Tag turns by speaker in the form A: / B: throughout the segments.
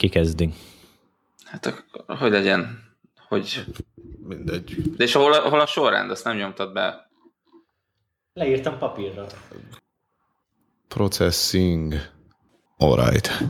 A: Ki kezdi?
B: Hát hogy legyen, hogy...
C: Mindegy.
B: De és hol a sorrend? Azt nem nyomtad be.
A: Leírtam papírra.
C: Processing. Alright.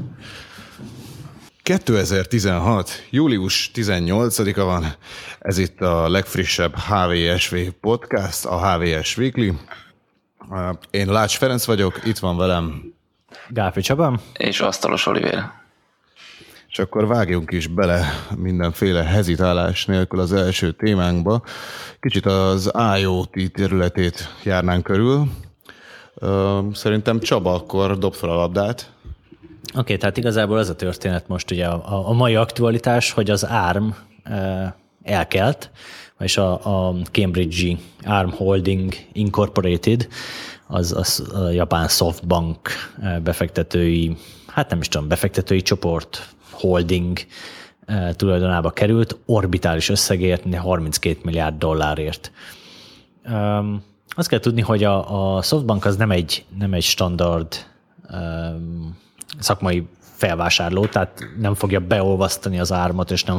C: 2016. július 18-a van. Ez itt a legfrissebb HVSV podcast, a HVS Weekly. Én Lács Ferenc vagyok, itt van velem
A: Gálfi Csaba.
B: És Asztalos Olivér.
C: És akkor vágjunk is bele mindenféle hezitálás nélkül az első témánkba. Kicsit az IoT területét járnánk körül. Szerintem Csaba, akkor dob fel a labdát.
A: Oké, tehát igazából az a történet most ugye a mai aktualitás, hogy az ARM elkelt, és a Cambridge-i ARM Holding Incorporated, az a japán SoftBank befektetői, hát nem is tudom, befektetői csoport holding tulajdonába került, orbitális összegért, 32 milliárd dollárért. Azt kell tudni, hogy a SoftBank az nem egy standard szakmai felvásárló, tehát nem fogja beolvasztani az ARM-ot, és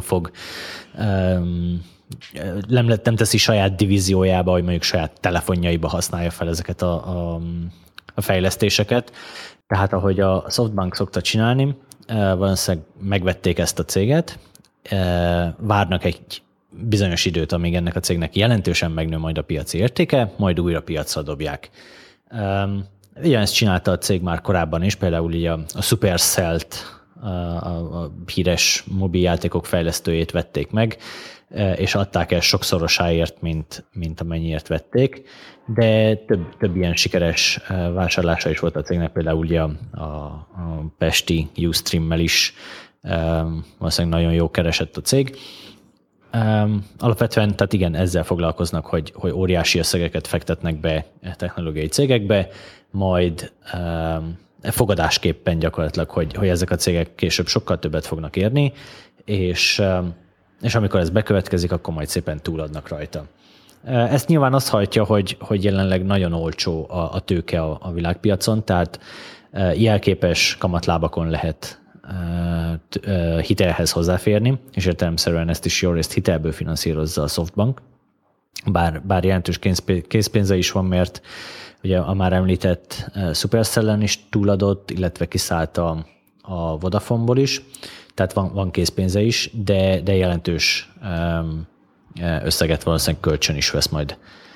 A: nem teszi saját divíziójába, hogy mondjuk saját telefonjaiba használja fel ezeket a fejlesztéseket. Tehát ahogy a SoftBank szokta csinálni, valószínűleg megvették ezt a céget, várnak egy bizonyos időt, amíg ennek a cégnek jelentősen megnő majd a piaci értéke, majd újra piacra dobják. Ugyanezt csinálta a cég már korábban is, például így a Supercell-t, a híres mobiljátékok fejlesztőjét vették meg, és adták el sokszorosáért, mint amennyiért vették, de több ilyen sikeres vásárlása is volt a cégnek, például ugye a pesti Ustream-mel is valószínűleg nagyon jó keresett a cég. Alapvetően, tehát igen, ezzel foglalkoznak, hogy óriási összegeket fektetnek be technológiai cégekbe, majd fogadásképpen gyakorlatilag, hogy ezek a cégek később sokkal többet fognak érni, és amikor ez bekövetkezik, akkor majd szépen túladnak rajta. Ezt nyilván azt hajtja, hogy jelenleg nagyon olcsó a tőke a világpiacon, tehát jelképes kamatlábakon lehet hitelhez hozzáférni, és értelemszerűen ezt is jó részt hitelből finanszírozza a SoftBank, bár jelentős készpénze is van, mert ugye a már említett Supercell-en is túladott, illetve kiszállt a Vodafoneból is, tehát van készpénze is, de jelentős összeget valószínűleg kölcsön is vesz majd.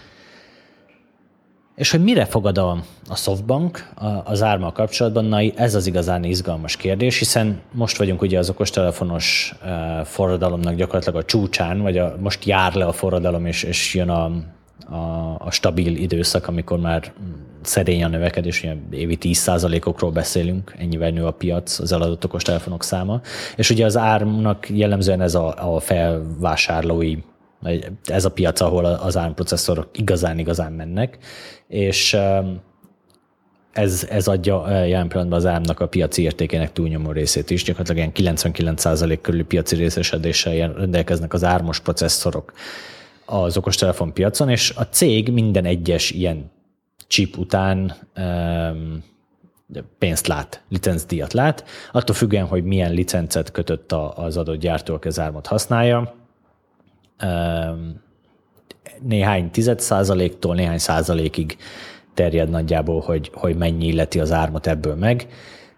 A: És hogy mire fogad a SoftBank az ARM-mal kapcsolatban, na ez az igazán izgalmas kérdés, hiszen most vagyunk ugye az okostelefonos forradalomnak gyakorlatilag a csúcsán, vagy most jár le a forradalom, és jön a stabil időszak, amikor már szerény a növekedés, ugye évi 10%-okról beszélünk, ennyivel nő a piac, az eladott okostelefonok száma. És ugye az ARM-nak jellemzően ez a felvásárlói, ez a piac, ahol az ARM processzorok igazán mennek, és ez adja jelen pillanatban az ARM-nak a piaci értékének túlnyomó részét is. Gyakorlatilag ilyen 99% körüli piaci részesedéssel rendelkeznek az ARM-os processzorok az okostelefon piacon, és a cég minden egyes ilyen chip után pénzt lát, licencdíjat lát, attól függően, hogy milyen licencet kötött az adott gyártó, aki az ARM-ot használja. Néhány 10%-tól néhány százalékig terjed nagyjából, hogy mennyi illeti az ARM-ot ebből meg.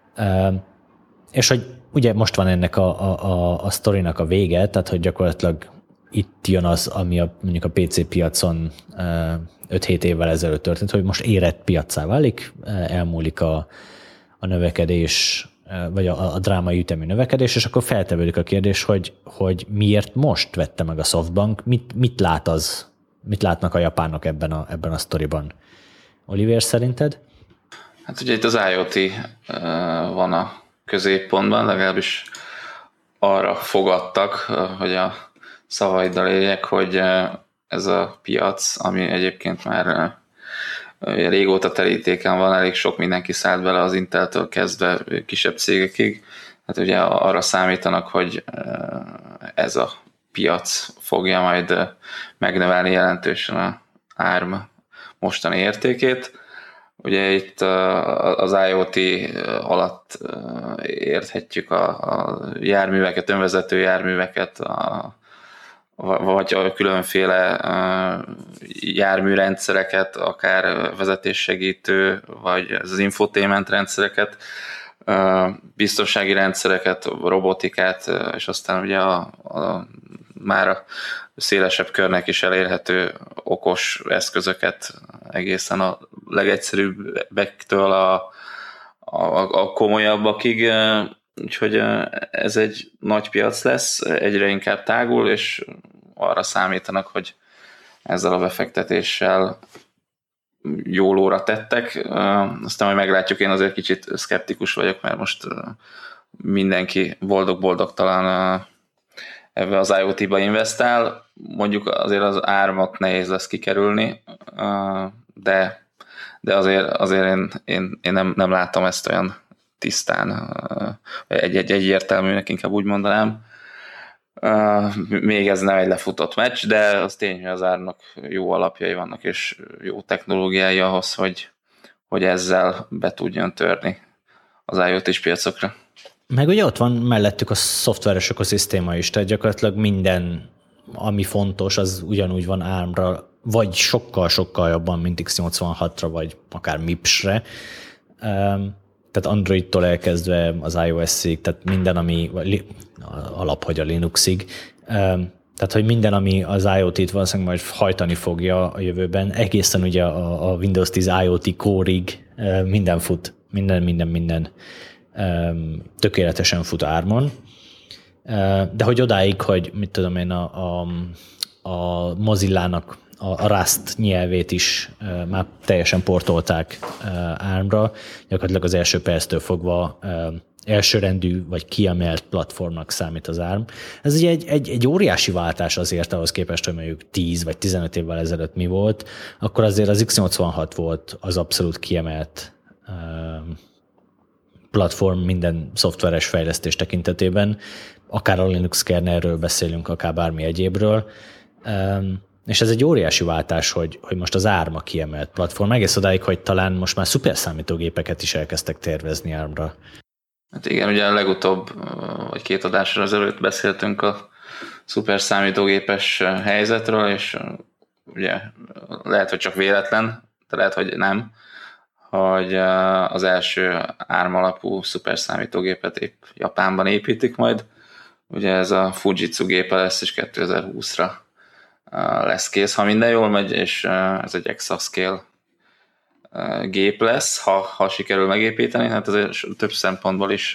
A: És hogy ugye most van ennek a sztorinak a vége, tehát hogy gyakorlatilag itt jön az, ami mondjuk a PC piacon 5-7 évvel ezelőtt történt, hogy most érett piaccá válik, elmúlik a növekedés, vagy a drámai ütemű növekedés, és akkor feltevődik a kérdés, hogy miért most vette meg a SoftBank, mit látnak a japánok ebben a sztoriban? Oliver, szerinted?
B: Hát ugye itt az IoT van a középpontban, legalábbis arra fogadtak, hogy a szavaiddal éljek, hogy ez a piac, ami egyébként már régóta terítéken van, elég sok mindenki szállt bele az Inteltől kezdve kisebb cégekig. Hát ugye arra számítanak, hogy ez a piac fogja majd megnövelni jelentősen a ARM mostani értékét. Ugye itt az IoT alatt érthetjük a járműveket, önvezető járműveket, vagy a különféle járműrendszereket, akár vezetéssegítő, vagy az infotainment rendszereket, biztonsági rendszereket, robotikát, és aztán ugye már a szélesebb körnek is elérhető okos eszközöket, egészen a legegyszerűbbektől a komolyabbakig. Úgyhogy ez egy nagy piac lesz, egyre inkább tágul, és arra számítanak, hogy ezzel a befektetéssel jó lóra tettek. Aztán majd meglátjuk, én azért kicsit szkeptikus vagyok, mert most mindenki boldog-boldogtalan ebbe az IoT-ba investál. Mondjuk azért az ármat nehéz lesz kikerülni, de azért én nem látom ezt olyan tisztán, egyértelműnek, inkább úgy mondanám. Még ez nem egy lefutott meccs, de az tény, hogy az árnak jó alapjai vannak, és jó technológiái ahhoz, hogy ezzel be tudjon törni az IoT-s piacokra.
A: Meg ugye ott van mellettük a szoftveres ökoszisztéma is, tehát gyakorlatilag minden, ami fontos, az ugyanúgy van ARM-ra, vagy sokkal-sokkal jobban, mint x86-ra, vagy akár MIPS-re. Tehát Android-tól elkezdve az iOS-ig, tehát minden, ami alap, hogy a Linuxig. Tehát, hogy minden, ami az IoT-t valószínűleg majd hajtani fogja a jövőben, egészen ugye a Windows 10 IoT Core-ig minden fut, minden tökéletesen fut ARM-on. De hogy odáig, hogy mit tudom én, a Mozillának a Rust nyelvét is már teljesen portolták ARM-ra, gyakorlatilag az első perctől fogva elsőrendű vagy kiemelt platformnak számít az ARM. Ez ugye egy óriási váltás azért ahhoz képest, hogy mondjuk 10 vagy 15 évvel ezelőtt mi volt, akkor azért az x86 volt az abszolút kiemelt platform minden szoftveres fejlesztés tekintetében, akár a Linux kernelről beszélünk, akár bármi egyébről. És ez egy óriási váltás, hogy most az ARM a kiemelt platform, egész odáig, hogy talán most már szuperszámítógépeket is elkezdtek tervezni ARM-ra.
B: Hát igen, ugye a legutóbb, vagy 2 adásra ezelőtt beszéltünk a szuperszámítógépes helyzetről, és ugye lehet, hogy csak véletlen, de lehet, hogy nem, hogy az első ARM alapú szuperszámítógépet épp Japánban építik majd. Ugye ez a Fujitsu gépe lesz, és 2020-ra lesz kész, ha minden jól megy, és ez egy exascale gép lesz, ha sikerül megépíteni, hát ez több szempontból is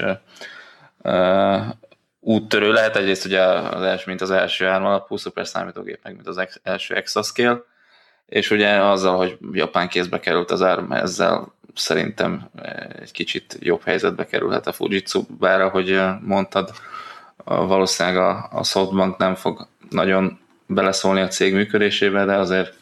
B: úttörő lehet. Egyrészt ugye mint az első ARM alapú szuperszámítógép, meg mint az első exascale, és ugye azzal, hogy Japán kézbe került az ARM, ezzel szerintem egy kicsit jobb helyzetbe kerülhet a Fujitsu, bár ahogy mondtad, valószínűleg a SoftBank nem fog nagyon beleszólni a cég működésébe, de azért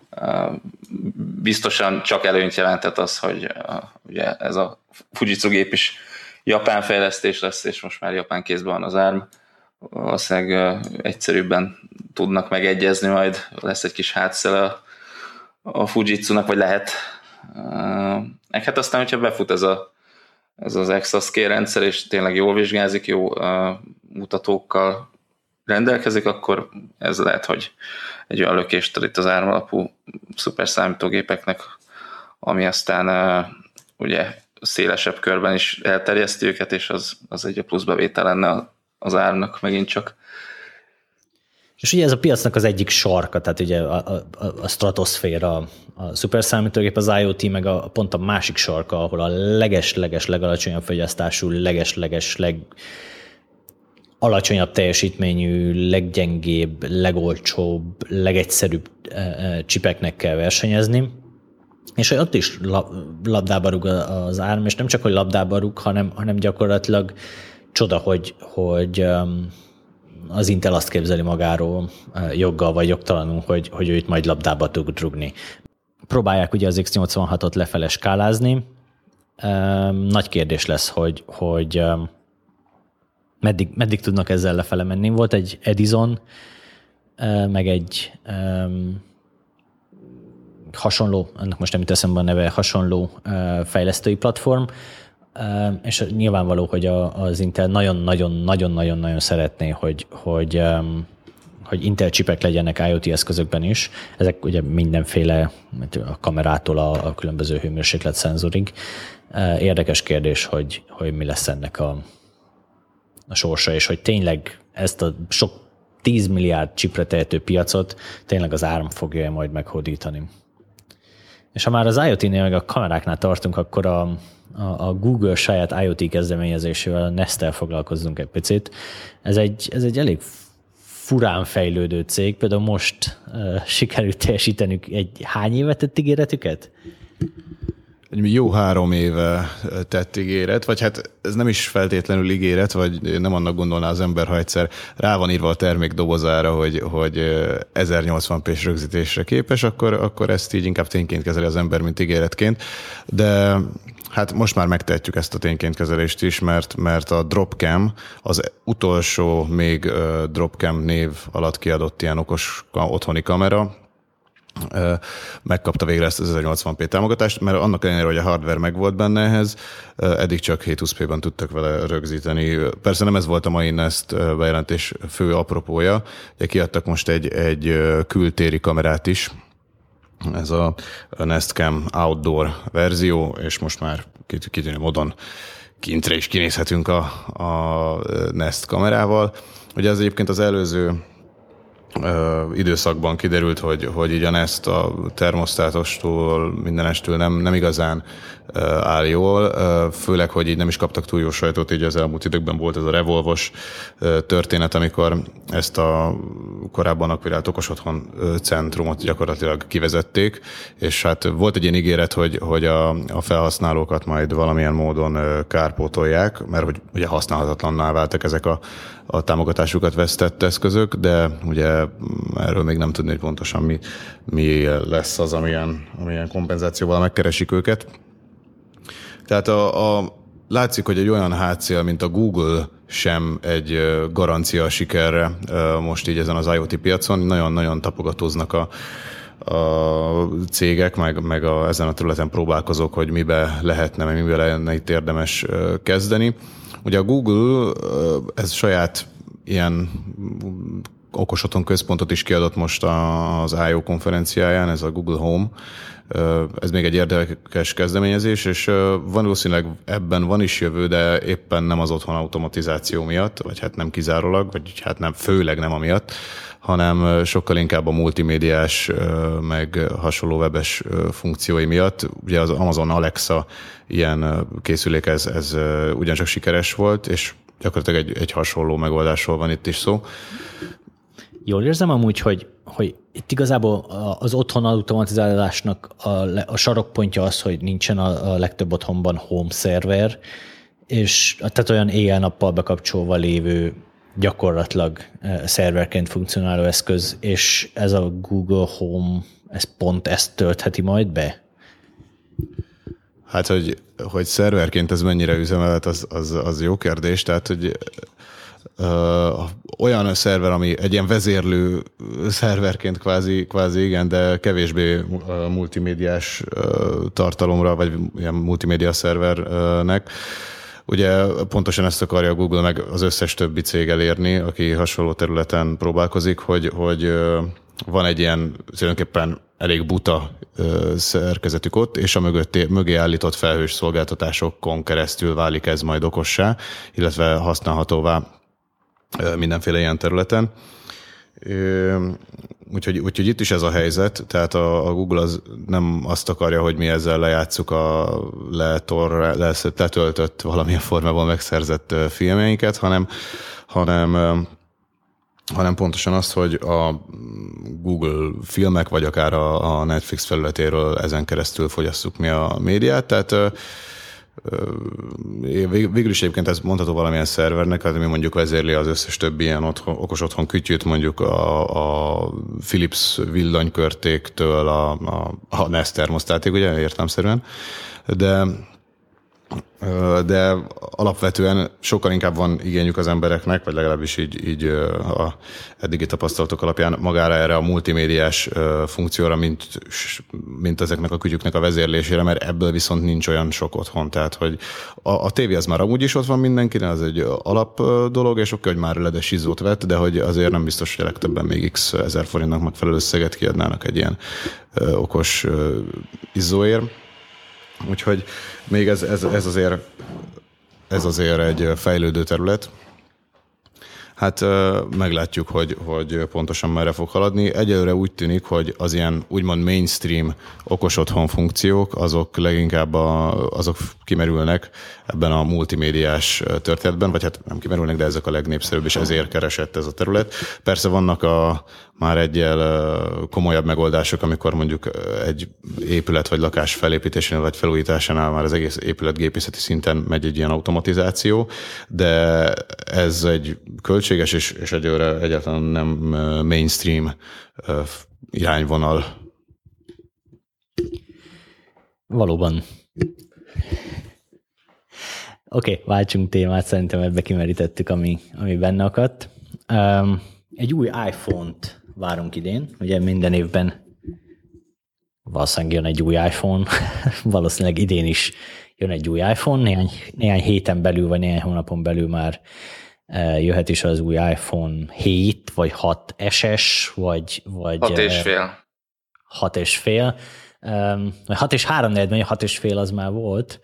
B: biztosan csak előnyt jelentett az, hogy ugye ez a Fujitsu gép is japán fejlesztés lesz, és most már japán kézben van az ARM. Valószínűleg egyszerűbben tudnak megegyezni, majd lesz egy kis hátszele a Fujitsunak, vagy lehet. Hát aztán, hogyha befut ez az exascale rendszer, és tényleg jól vizsgázik, jó mutatókkal rendelkezik, akkor ez lehet, hogy egy olyan lökést ad itt az ARM alapú szuperszámítógépeknek, ami aztán ugye szélesebb körben is elterjeszti őket, és az egy pluszbevétel lenne az ARM-nak megint csak.
A: És ugye ez a piacnak az egyik sarka, tehát ugye a stratoszféra, a szuperszámítógép, az IoT, meg pont a másik sarka, ahol a leges-leges legalacsonyabb fogyasztású, leges-leges legalacsonyabb teljesítményű, leggyengébb, legolcsóbb, legegyszerűbb csipeknek kell versenyezni. És ott is labdába rúg az ARM, és nem csak, hogy labdába rúg, hanem gyakorlatilag csoda, hogy az Intel azt képzeli magáról joggal vagy jogtalanul, hogy ő itt majd labdába tud rúgni. Próbálják ugye az x86-ot lefele skálázni. Nagy kérdés lesz, hogy meddig tudnak ezzel lefele menni. Volt egy Edison, meg egy hasonló, annak most nem jut eszembe a neve, hasonló fejlesztői platform, és nyilvánvaló, hogy az Intel nagyon-nagyon szeretné, hogy Intel csipek legyenek IoT eszközökben is. Ezek ugye mindenféle, a kamerától a különböző hőmérséklet szenzorig. Érdekes kérdés, hogy mi lesz ennek a sorsa, és hogy tényleg ezt a sok 10 milliárd csipre tehető piacot tényleg az ARM fogja majd meghódítani. És ha már az IoT-nél meg a kameráknál tartunk, akkor a Google saját IoT kezdeményezésével, a Nest-tel foglalkozzunk egy picit. Ez egy elég furán fejlődő cég, például most sikerült teljesítenünk hány évet tett ígéretüket?
C: Jó 3 éve tett ígéret, vagy hát ez nem is feltétlenül ígéret, vagy nem annak gondolná az ember, ha egyszer rá van írva a termék dobozára, hogy 1080p-s rögzítésre képes, akkor ezt így inkább tényként kezeli az ember, mint ígéretként. De hát most már megtehetjük ezt a tényként kezelést is, mert a Dropcam az utolsó még Dropcam név alatt kiadott ilyen okos otthoni kamera, megkapta végre ezt az 1080p támogatást, mert annak ellenére, hogy a hardware megvolt benne ehhez, eddig csak 720p-ben tudtak vele rögzíteni. Persze nem ez volt a mai Nest bejelentés fő apropója, de kiadtak most egy kültéri kamerát is, ez a Nest Cam Outdoor verzió, és most már kitűnő módon kintre is kinézhetünk a Nest kamerával. Ugye ez egyébként az előző időszakban kiderült, hogy így a Nest a termosztátostól, mindenestől nem igazán áll jól, főleg, hogy így nem is kaptak túl jó sajtót, így az elmúlt időkben volt ez a Revolvos történet, amikor ezt a korábban akvirált okos otthon centrumot gyakorlatilag kivezették, és hát volt egy ilyen ígéret, hogy a felhasználókat majd valamilyen módon kárpótolják, mert hogy ugye használhatatlanná váltak ezek a támogatásukat vesztett eszközök, de ugye erről még nem tudni, hogy pontosan mi lesz az, amilyen kompenzációval megkeresik őket. Tehát látszik, hogy egy olyan hátszél, mint a Google sem egy garancia a sikerre most így ezen az IoT piacon. Nagyon-nagyon tapogatóznak a cégek, meg ezen a területen próbálkozók, hogy mibe lenne itt érdemes kezdeni. Ugye a Google ez saját ilyen okos otthon központot is kiadott most az I.O. konferenciáján, ez a Google Home. Ez még egy érdekes kezdeményezés, és valószínűleg ebben van is jövő, de éppen nem az otthon automatizáció miatt, vagy hát nem kizárólag, vagy hát nem, főleg nem amiatt, hanem sokkal inkább a multimédiás, meg hasonló webes funkciói miatt. Ugye az Amazon Alexa ilyen készülék, ez ugyancsak sikeres volt, és gyakorlatilag egy hasonló megoldásról van itt is szó.
A: Jól érzem amúgy, hogy itt igazából az otthon automatizálásnak a sarokpontja az, hogy nincsen a legtöbb otthonban home szerver, és tehát olyan éjjel-nappal bekapcsolva lévő gyakorlatilag szerverként funkcionáló eszköz, és ez a Google Home, ez pont ezt töltheti majd be?
C: Hát, hogy szerverként ez mennyire üzemelhet, az jó kérdés. Tehát, hogy olyan szerver, ami egy ilyen vezérlő szerverként kvázi igen, de kevésbé multimédiás tartalomra, vagy ilyen multimédia szervernek. Ugye pontosan ezt akarja a Google meg az összes többi cég elérni, aki hasonló területen próbálkozik, hogy van egy ilyen tulajdonképpen elég buta szerkezetük ott, és a mögé állított felhős szolgáltatásokon keresztül válik ez majd okossá, illetve használhatóvá mindenféle ilyen területen. Úgyhogy itt is ez a helyzet, tehát a Google az nem azt akarja, hogy mi ezzel lejátsszuk a letöltött valamilyen formában megszerzett filmjeinket, hanem pontosan azt, hogy a Google filmek, vagy akár a Netflix felületéről ezen keresztül fogyasszuk mi a médiát, tehát végül is egyébként ez mondható valamilyen szervernek, hát mi mondjuk vezérli az összes többi ilyen okos otthon kütyűt, mondjuk a Philips villanykörtéktől a Nest termosztátig, ugye értelemszerűen, de de alapvetően sokkal inkább van igényük az embereknek, vagy legalábbis így a eddigi tapasztalatok alapján magára erre a multimédiás funkcióra, mint ezeknek a kütyüknek a vezérlésére, mert ebből viszont nincs olyan sok otthon. Tehát, hogy a tévé az már amúgy is ott van mindenkinek, az egy alap dolog, és oké, hogy már ledes izzót vett, de hogy azért nem biztos, hogy a legtöbben még x 1000 forintnak megfelelő összeget kiadnának egy ilyen okos izzóért. Úgyhogy még ez azért egy fejlődő terület. Hát meglátjuk, hogy pontosan merre fog haladni. Egyelőre úgy tűnik, hogy az ilyen úgymond mainstream okos otthon funkciók, azok leginkább azok kimerülnek ebben a multimédiás történetben, vagy hát nem kimerülnek, de ezek a legnépszerűbb, és ezért keresett ez a terület. Persze vannak már egyel komolyabb megoldások, amikor mondjuk egy épület vagy lakás felépítésénél vagy felújításánál már az egész épület gépészeti szinten megy egy ilyen automatizáció, de ez egy költséges és egyáltalán nem mainstream irányvonal.
A: Valóban. Oké, váltsunk témát, szerintem ebbe kimerítettük, ami benne akadt. Egy új iPhone-t várunk idén, ugye minden évben valószínűleg jön egy új iPhone, valószínűleg idén is jön egy új iPhone, néhány héten belül, vagy néhány hónapon belül már jöhet is az új iPhone 7, vagy 6 SS, vagy
B: 6,5.
A: 6,5. Vagy 6 és 3 4, mert 6,5 az már volt.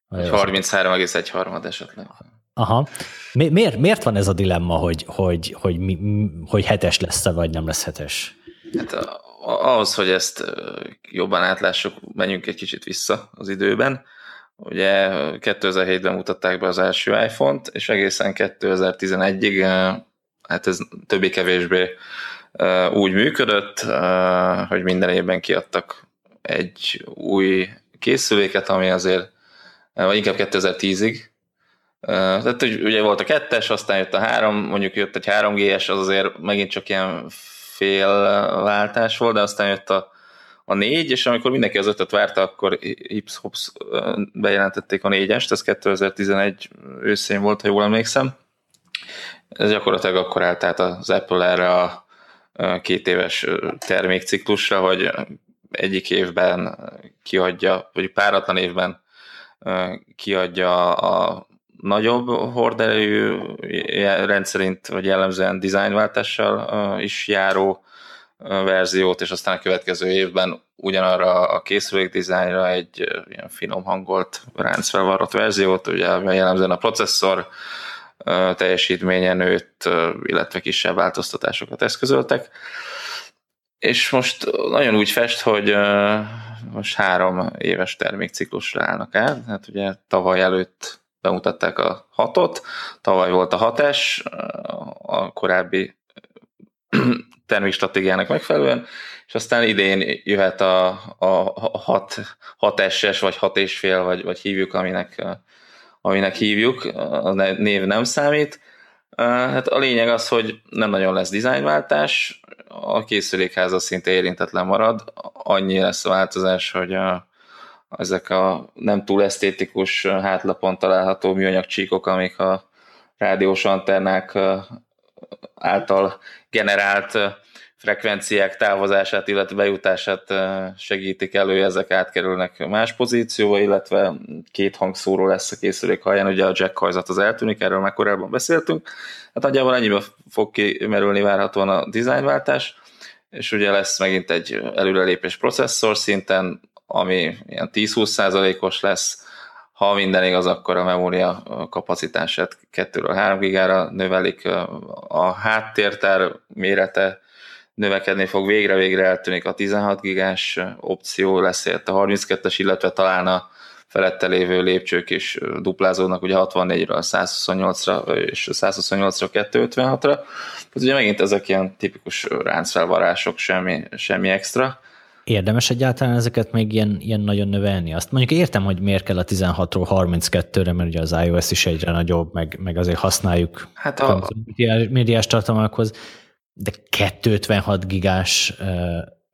B: 33,1 esetleg.
A: Aha. Miért van ez a dilemma, hogy 7-es lesz-e, vagy nem lesz 7-es?
B: Hát ahhoz, hogy ezt jobban átlássuk, menjünk egy kicsit vissza az időben. Ugye 2007-ben mutatták be az első iPhone-t, és egészen 2011-ig, hát ez többé-kevésbé úgy működött, hogy minden évben kiadtak egy új készüléket, ami azért, vagy inkább 2010-ig. Tehát ugye volt a 2-es, aztán jött a 3, mondjuk jött egy 3G-es, az azért megint csak ilyen félváltás volt, de aztán jött a 4, és amikor mindenki az 5-öt várta, akkor hips-hops bejelentették a 4-est, ez 2011 őszén volt, ha jól emlékszem. Ez gyakorlatilag akkor állt át az Apple erre a 2 éves termékciklusra, hogy egyik évben kiadja, vagy páratlan évben kiadja a nagyobb horderejű, rendszerint, vagy jellemzően dizájnváltással is járó verziót, és aztán a következő évben ugyanarra a készülék dizájnra egy ilyen finom hangolt, ráncfelvarrott verziót, ugye jellemzően a processzor teljesítménye nőtt, illetve kisebb változtatásokat eszközöltek. És most nagyon úgy fest, hogy most 3 éves termékciklusra állnak el. Hát ugye tavaly előtt bemutatták a 6-ot, tavaly volt a 6S, a korábbi termékstratégiának megfelelően, és aztán idén jöhet a 6S-es, vagy 6,5, vagy hívjuk, aminek hívjuk, a név nem számít. Hát a lényeg az, hogy nem nagyon lesz dizájnváltás, a készülékháza szinte érintetlen marad, annyi lesz a változás, hogy ezek a nem túl esztétikus hátlapon található műanyag csíkok, amik a rádiós antennák által generált frekvenciák távozását, illetve bejutását segítik elő, ezek átkerülnek más pozícióba, illetve 2 hangszóró lesz a készülék haján, ugye a jack hajzat az eltűnik, erről már korábban beszéltünk. Hát nagyjából ennyiben fog kimerülni várhatóan a dizájnváltás, és ugye lesz megint egy előrelépés processzor szinten, ami ilyen 10-20%-os lesz. Ha minden igaz, akkor a memória kapacitását 2-ről 3 gigára növelik, a háttértár mérete növekedni fog, végre eltűnik a 16 gigás opció, lesz a 32-es, illetve talán a felette lévő lépcsők is duplázódnak, ugye 64-ről 128-ra és 128-ra 256-ra. Tehát ugye megint ezek ilyen tipikus ráncfelvarások, semmi extra.
A: Érdemes egyáltalán ezeket még ilyen nagyon növelni? Azt mondjuk értem, hogy miért kell a 16-ról 32-re, mert ugye az iOS is egyre nagyobb, meg azért használjuk médiás tartalmakhoz, de 256 gigás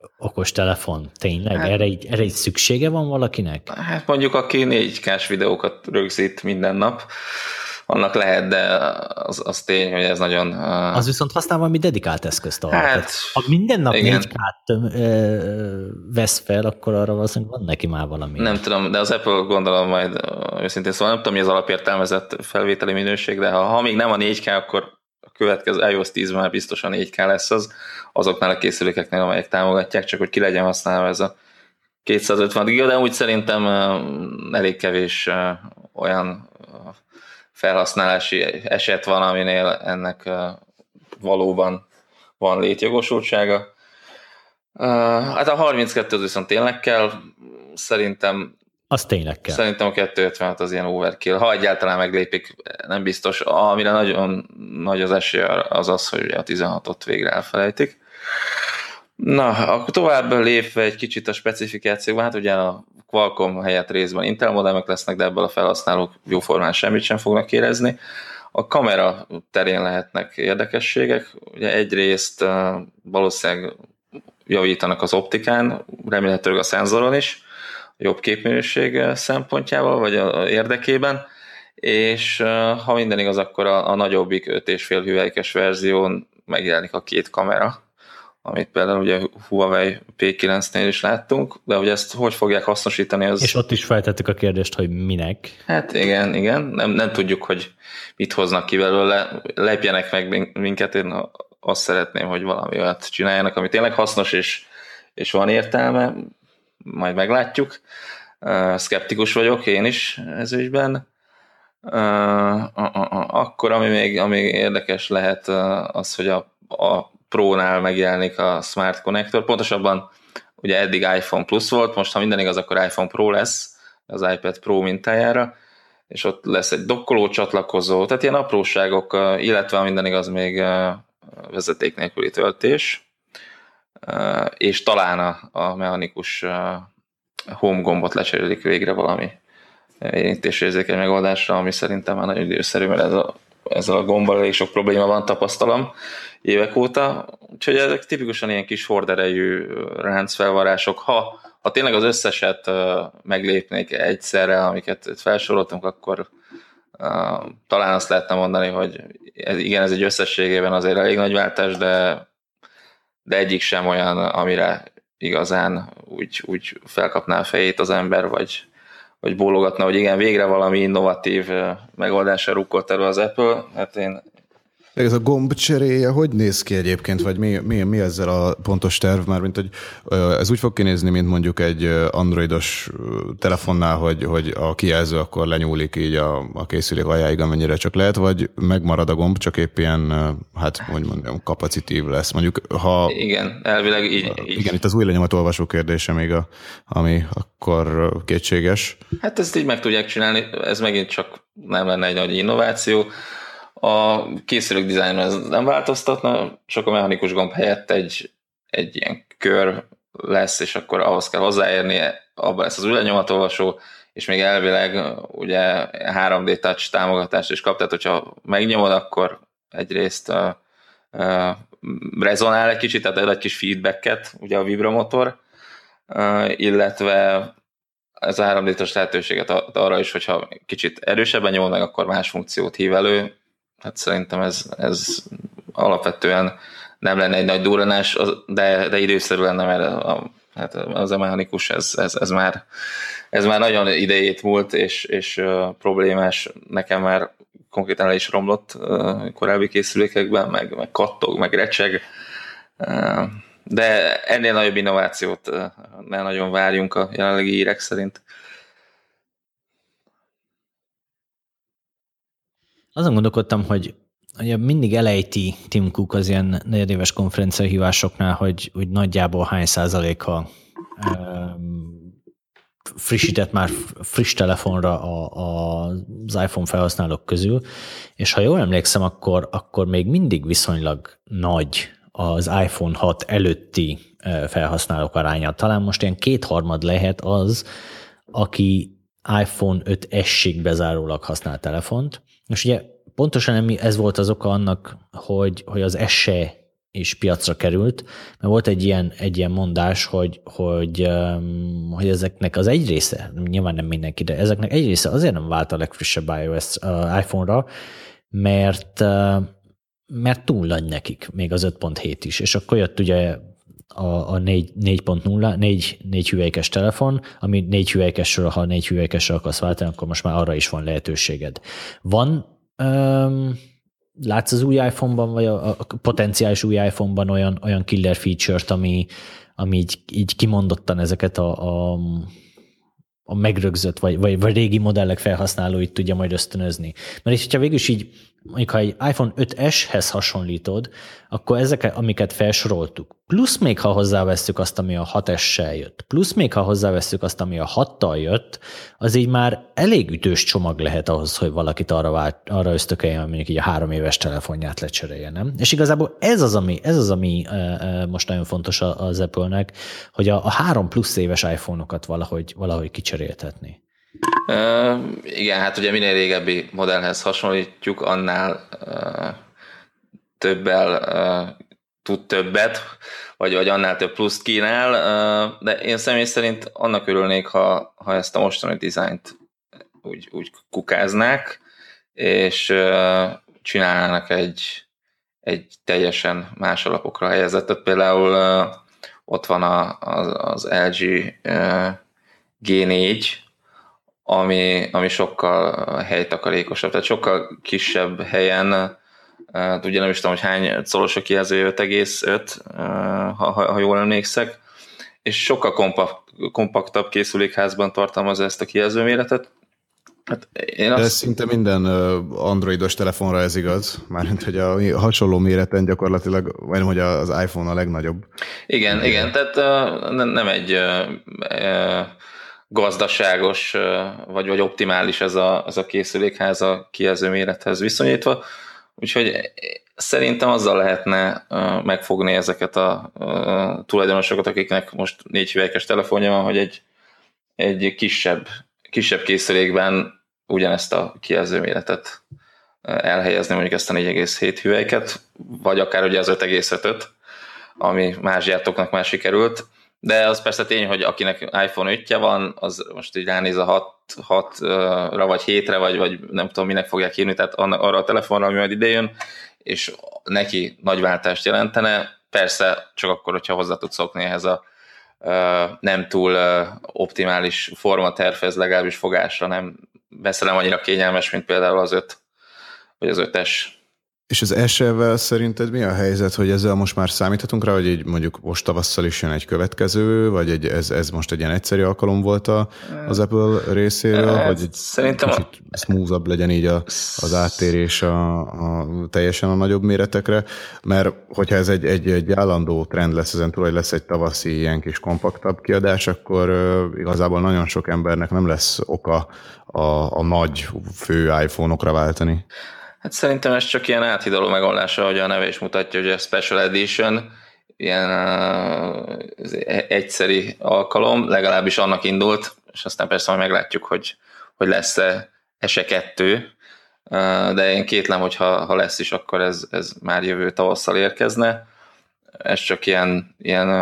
A: okostelefon, tényleg? Hát, erre így szüksége van valakinek?
B: Hát mondjuk, aki 4K-s videókat rögzít minden nap, annak lehet, de az tény, hogy ez nagyon...
A: Az viszont használ valami dedikált eszközt arra.
B: Hát,
A: ha minden nap 4K-t vesz fel, akkor arra valószínűleg van neki már valami.
B: Nem tudom, de az Apple gondolom majd őszintén szóval nem tudom, mi az alapértelmezett felvételi minőség, de ha még nem a 4K, akkor a következő iOS 10 már biztosan 4K lesz azoknál a készülékeknél, amelyek támogatják, csak hogy ki legyen használva ez a 250 giga, de úgy szerintem elég kevés olyan felhasználási eset van, aminél ennek valóban van létjogosultsága. Hát a 32 viszont tényleg kell, szerintem
A: az tényleg kell.
B: Szerintem a 256 az ilyen overkill. Ha egyáltalán meglépik, nem biztos. Amire nagyon nagy az esély az, hogy a 16-ot végre elfelejtik. Na, akkor tovább lépve egy kicsit a specifikációban, hát ugye a Qualcomm helyett részben Intel modemek lesznek, de ebből a felhasználók jóformán semmit sem fognak érezni. A kamera terén lehetnek érdekességek. Ugye egyrészt valószínűleg javítanak az optikán, remélhetőleg a szenzoron is, jobb képminőség szempontjával, vagy a érdekében, és ha minden igaz, akkor a nagyobbik 5,5 hüvelykes verzión megjelenik a 2 kamera, amit például ugye Huawei P9-nél is láttunk, de hogy ezt hogy fogják hasznosítani, az...
A: És ott is feltettük a kérdést, hogy minek.
B: Hát igen, nem tudjuk, hogy mit hoznak ki belőle, lepjenek meg minket, én azt szeretném, hogy valami olyat csináljanak, ami tényleg hasznos, és van értelme, majd meglátjuk. Szkeptikus vagyok én is ez ügyben. Akkor, ami érdekes lehet, az, hogy a Pro-nál megjelenik a Smart Connector. Pontosabban ugye eddig iPhone Plus volt, most ha minden igaz, akkor iPhone Pro lesz az iPad Pro mintájára, és ott lesz egy dokkoló csatlakozó, tehát ilyen apróságok, illetve ha minden igaz, még vezeték nélküli töltés, és talán a mechanikus home gombot lecserélik végre valami érintésérzékeny megoldásra, ami szerintem már nagyon időszerű, mert ezzel a gombbal elég sok probléma van, tapasztalom évek óta. Úgyhogy ezek tipikusan ilyen kis horderejű ráncfelvarások. Ha tényleg az összeset meglépnék egyszerre, amiket felsoroltunk, akkor talán azt lehetne mondani, hogy ez egy összességében azért elég nagy váltás, de egyik sem olyan, amire igazán úgy felkapná a fejét az ember, vagy bólogatna, hogy igen, végre valami innovatív megoldásra rúgott elő az Apple. Hát
C: ez a gomb cseréje hogy néz ki egyébként, vagy mi ezzel a pontos terv? Mármint, hogy ez úgy fog kinézni, mint mondjuk egy androidos telefonnál, hogy a kijelző akkor lenyúlik így a készülék aljáig, amennyire csak lehet, vagy megmarad a gomb, csak épp ilyen, hát hogy mondjam, kapacitív lesz. Mondjuk, ha...
B: Igen, elvileg így.
C: Igen, itt az új lenyomatolvasó kérdése még, ami akkor kétséges.
B: Hát ezt így meg tudják csinálni, ez megint csak nem lenne egy nagy innováció. A készülék dizájnban ez nem változtatna, csak a mechanikus gomb helyett egy ilyen kör lesz, és akkor ahhoz kell hozzáérni, abban lesz az új lenyomatolvasó, és még elvileg ugye 3D touch támogatást is kap, tehát hogyha megnyomod, akkor egyrészt rezonál egy kicsit, tehát ad egy kis feedbacket, ugye a vibromotor, illetve ez a 3D touch lehetőséget ad arra is, hogyha kicsit erősebben nyomod meg, akkor más funkciót hív elő. Hát szerintem ez alapvetően nem lenne egy nagy durranás, de időszerű lenne, mert az a mechanikus, ez már nagyon idejét múlt, és problémás. Nekem már konkrétan le is romlott korábbi készülékekben, meg kattog, meg recseg. De ennél nagyobb innovációt ne nagyon várjunk a jelenlegi hírek szerint.
A: Azon gondolkodtam, hogy ugye mindig elejti Tim Cook az ilyen negyedéves konferenciahívásoknál, hogy nagyjából hány százaléka frissített már friss telefonra az iPhone felhasználók közül, és ha jól emlékszem, akkor még mindig viszonylag nagy az iPhone 6 előtti felhasználók aránya. Talán most ilyen 2/3 lehet az, aki iPhone 5S-ig bezárólag használ telefont. És ugye pontosan ez volt az oka annak, hogy az SE is piacra került, mert volt egy ilyen mondás, hogy ezeknek az egy része, nyilván nem mindenki, de ezeknek egy része azért nem vált a legfrissebb iOS iPhone-ra, mert túl nagy nekik, még az 5.7 is, és akkor jött ugye a 4.0, 4 hüvelykes telefon, ami 4 hüvelykesről, ha 4 hüvelykesről akarsz váltani, akkor most már arra is van lehetőséged. Látsz az új iPhone-ban, vagy a potenciális új iPhone-ban olyan killer feature-t, ami így kimondottan ezeket a megrögzött, vagy régi modellek felhasználóit tudja majd ösztönözni. Mert hogyha végül is így, mondjuk ha egy iPhone 5S-hez hasonlítod, akkor ezek, amiket felsoroltuk, plusz még ha hozzávesszük azt, ami a 6S-sel jött, plusz még ha hozzávesszük azt, ami a 6-tal jött, az így már elég ütős csomag lehet ahhoz, hogy valakit arra ösztökeljen, mondjuk így a 3 éves telefonját lecserélje, nem? És igazából ez az, ami most nagyon fontos az Apple-nek, hogy a 3 plusz éves iPhone-okat valahogy kicseréltetni.
B: Igen, hát ugye minél régebbi modellhez hasonlítjuk, annál tud többet, vagy annál több pluszt kínál, de én személy szerint annak örülnék, ha ezt a mostani dizájnt úgy kukáznák, és csinálnának egy teljesen más alapokra helyezettet. Például ott van az LG G4, ami sokkal helytakarékosabb, tehát sokkal kisebb helyen, ugye nem is tudom, hogy hány colos a kijelzője, 5,5, ha jól emlékszek, és sokkal kompaktabb készülékházban tartalmazza ezt a kijelzőméretet. Hát
C: ez szinte minden androidos telefonra ez igaz, mármint hogy a hasonló méreten gyakorlatilag, vagy hogy az iPhone a legnagyobb.
B: Igen, tehát nem egy gazdaságos, vagy optimális ez a készülékház a kijelző mérethez viszonyítva. Úgyhogy szerintem azzal lehetne megfogni ezeket a tulajdonosokat, akiknek most 4 hüvelykes telefonja van, hogy egy kisebb készülékben ugyanezt a kijelző méretet elhelyezni, mondjuk ezt a 4,7 hüvelyket, vagy akár ugye az 5,5-öt, ami más gyártóknak már sikerült. De az persze tény, hogy akinek iPhone 5-je van, az most így ránéz a 6-ra vagy 7-re, vagy nem tudom, minek fogják írni, tehát arra a telefonra, ami majd idejön, és neki nagy váltást jelentene. Persze csak akkor, hogyha hozzá tudsz szokni ehhez a nem túl optimális formatervhez, legalábbis fogásra nem beszélem annyira kényelmes, mint például az 5, vagy az 5S.
C: És az SE-vel szerinted mi a helyzet, hogy ezzel most már számíthatunk rá, hogy így mondjuk most tavasszal is jön egy következő, vagy ez most egy ilyen egyszerű alkalom volt az Apple részéről, hogy
B: szerintem
C: kicsit smooth-abb legyen így az áttérés teljesen a nagyobb méretekre, mert hogyha ez egy állandó trend lesz ezen túl, hogy lesz egy tavaszi ilyen kis kompaktabb kiadás, akkor igazából nagyon sok embernek nem lesz oka a nagy fő iPhone-okra váltani.
B: Hát szerintem ez csak ilyen áthidaló megoldása, hogy a neve is mutatja, hogy a Special Edition ilyen egyszeri alkalom, legalábbis annak indult, és aztán persze majd meglátjuk, hogy lesz-e SE 2, de én kétlem, hogy ha lesz is, akkor ez már jövő tavasszal érkezne. Ez csak ilyen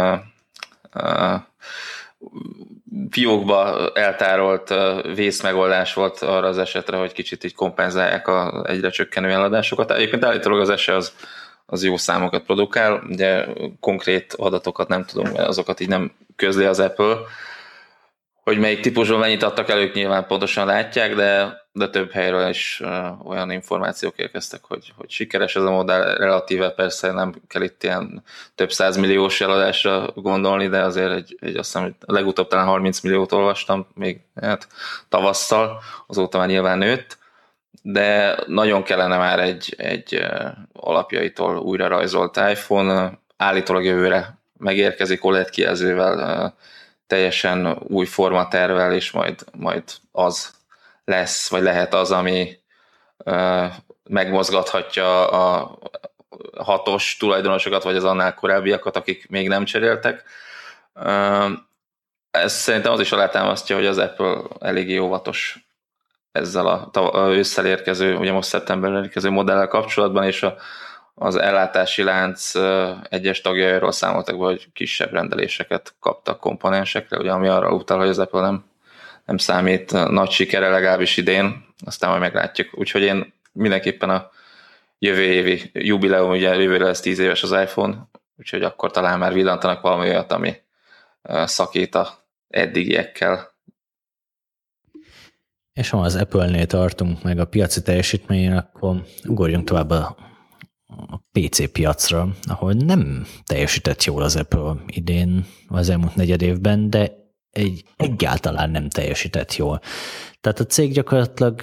B: fiókba eltárolt vészmegoldás volt arra az esetre, hogy kicsit így kompenzálják az egyre csökkenő eladásokat. Egyébként állítólag az SE az jó számokat produkál, ugye konkrét adatokat nem tudom, mert azokat így nem közli az Apple, hogy melyik típusban mennyit adtak el, ők nyilván pontosan látják, de több helyről is olyan információk érkeztek, hogy sikeres ez a modell, relatíve persze nem kell itt ilyen több 100 milliós eladásra gondolni, de azért azt hiszem, hogy legutóbb talán 30 milliót olvastam, még tavasszal, azóta már nyilván nőtt, de nagyon kellene már egy alapjaitól újra rajzolt iPhone, állítólag jövőre megérkezik OLED kijelzővel, teljesen új formatervel, és majd az lesz, vagy lehet az, ami megmozgathatja a 6-os tulajdonosokat, vagy az annál korábbiakat, akik még nem cseréltek. Ez szerintem az is alátámasztja, hogy az Apple eléggé óvatos ezzel a ősszel érkező, ugye most szeptemberben érkező modellel kapcsolatban, és az ellátási lánc egyes tagjairól számoltak be, hogy kisebb rendeléseket kaptak komponensekre, ugye, ami arra utal, hogy az Apple nem számít nagy sikere, legalábbis idén, aztán majd meglátjuk. Úgyhogy én mindenképpen a jövő évi jubileum, ugye jövőre lesz 10 éves az iPhone, úgyhogy akkor talán már villantanak valami olyat, ami szakít a eddigiekkel.
A: És ha az Apple-nél tartunk meg a piaci teljesítményén, akkor ugorjunk tovább a PC piacra, ahol nem teljesített jól az Apple idén, az elmúlt negyed évben, de egyáltalán nem teljesített jól. Tehát a cég gyakorlatilag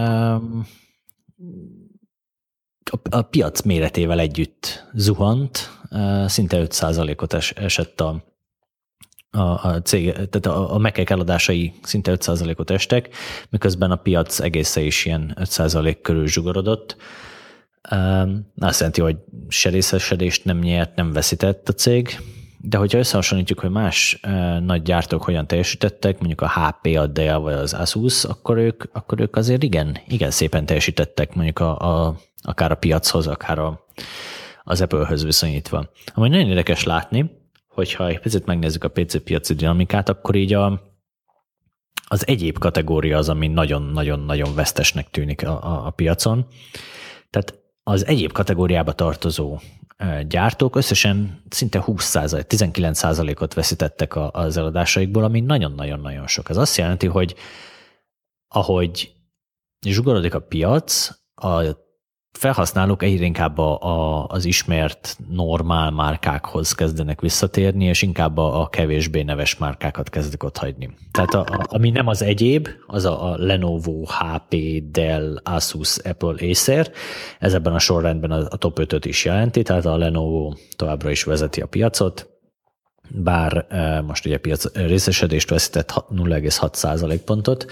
A: a piac méretével együtt zuhant, szinte 5%-ot esett a cég, tehát a Mac-ek eladásai szinte 5%-ot estek, miközben a piac egészen is ilyen 5% körül zsugorodott. Azt jelenti, hogy se részesedést nem nyert, nem veszített a cég, de hogyha összehasonlítjuk, hogy más nagy gyártók hogyan teljesítettek, mondjuk a HP, a Dell vagy az Asus, akkor ők azért igen szépen teljesítettek, mondjuk akár a piachoz, akár az Apple-höz viszonyítva. Ami nagyon érdekes látni, hogyha egy picit megnézzük a PC piaci dinamikát, akkor így az egyéb kategória az, ami nagyon-nagyon-nagyon vesztesnek tűnik a piacon. Tehát az egyéb kategóriába tartozó gyártók összesen szinte 20%, 19%-ot veszítettek az eladásaikból, ami nagyon-nagyon-nagyon sok. Ez azt jelenti, hogy ahogy zsugorodik a piac, a felhasználók egyre inkább az ismert normál márkákhoz kezdenek visszatérni, és inkább a kevésbé neves márkákat kezdik otthagyni. Tehát ami nem az egyéb, az a Lenovo, HP, Dell, Asus, Apple, Acer, ez ebben a sorrendben a top 5-öt is jelenti, tehát a Lenovo továbbra is vezeti a piacot, bár most ugye piac részesedést veszített 0,6% pontot,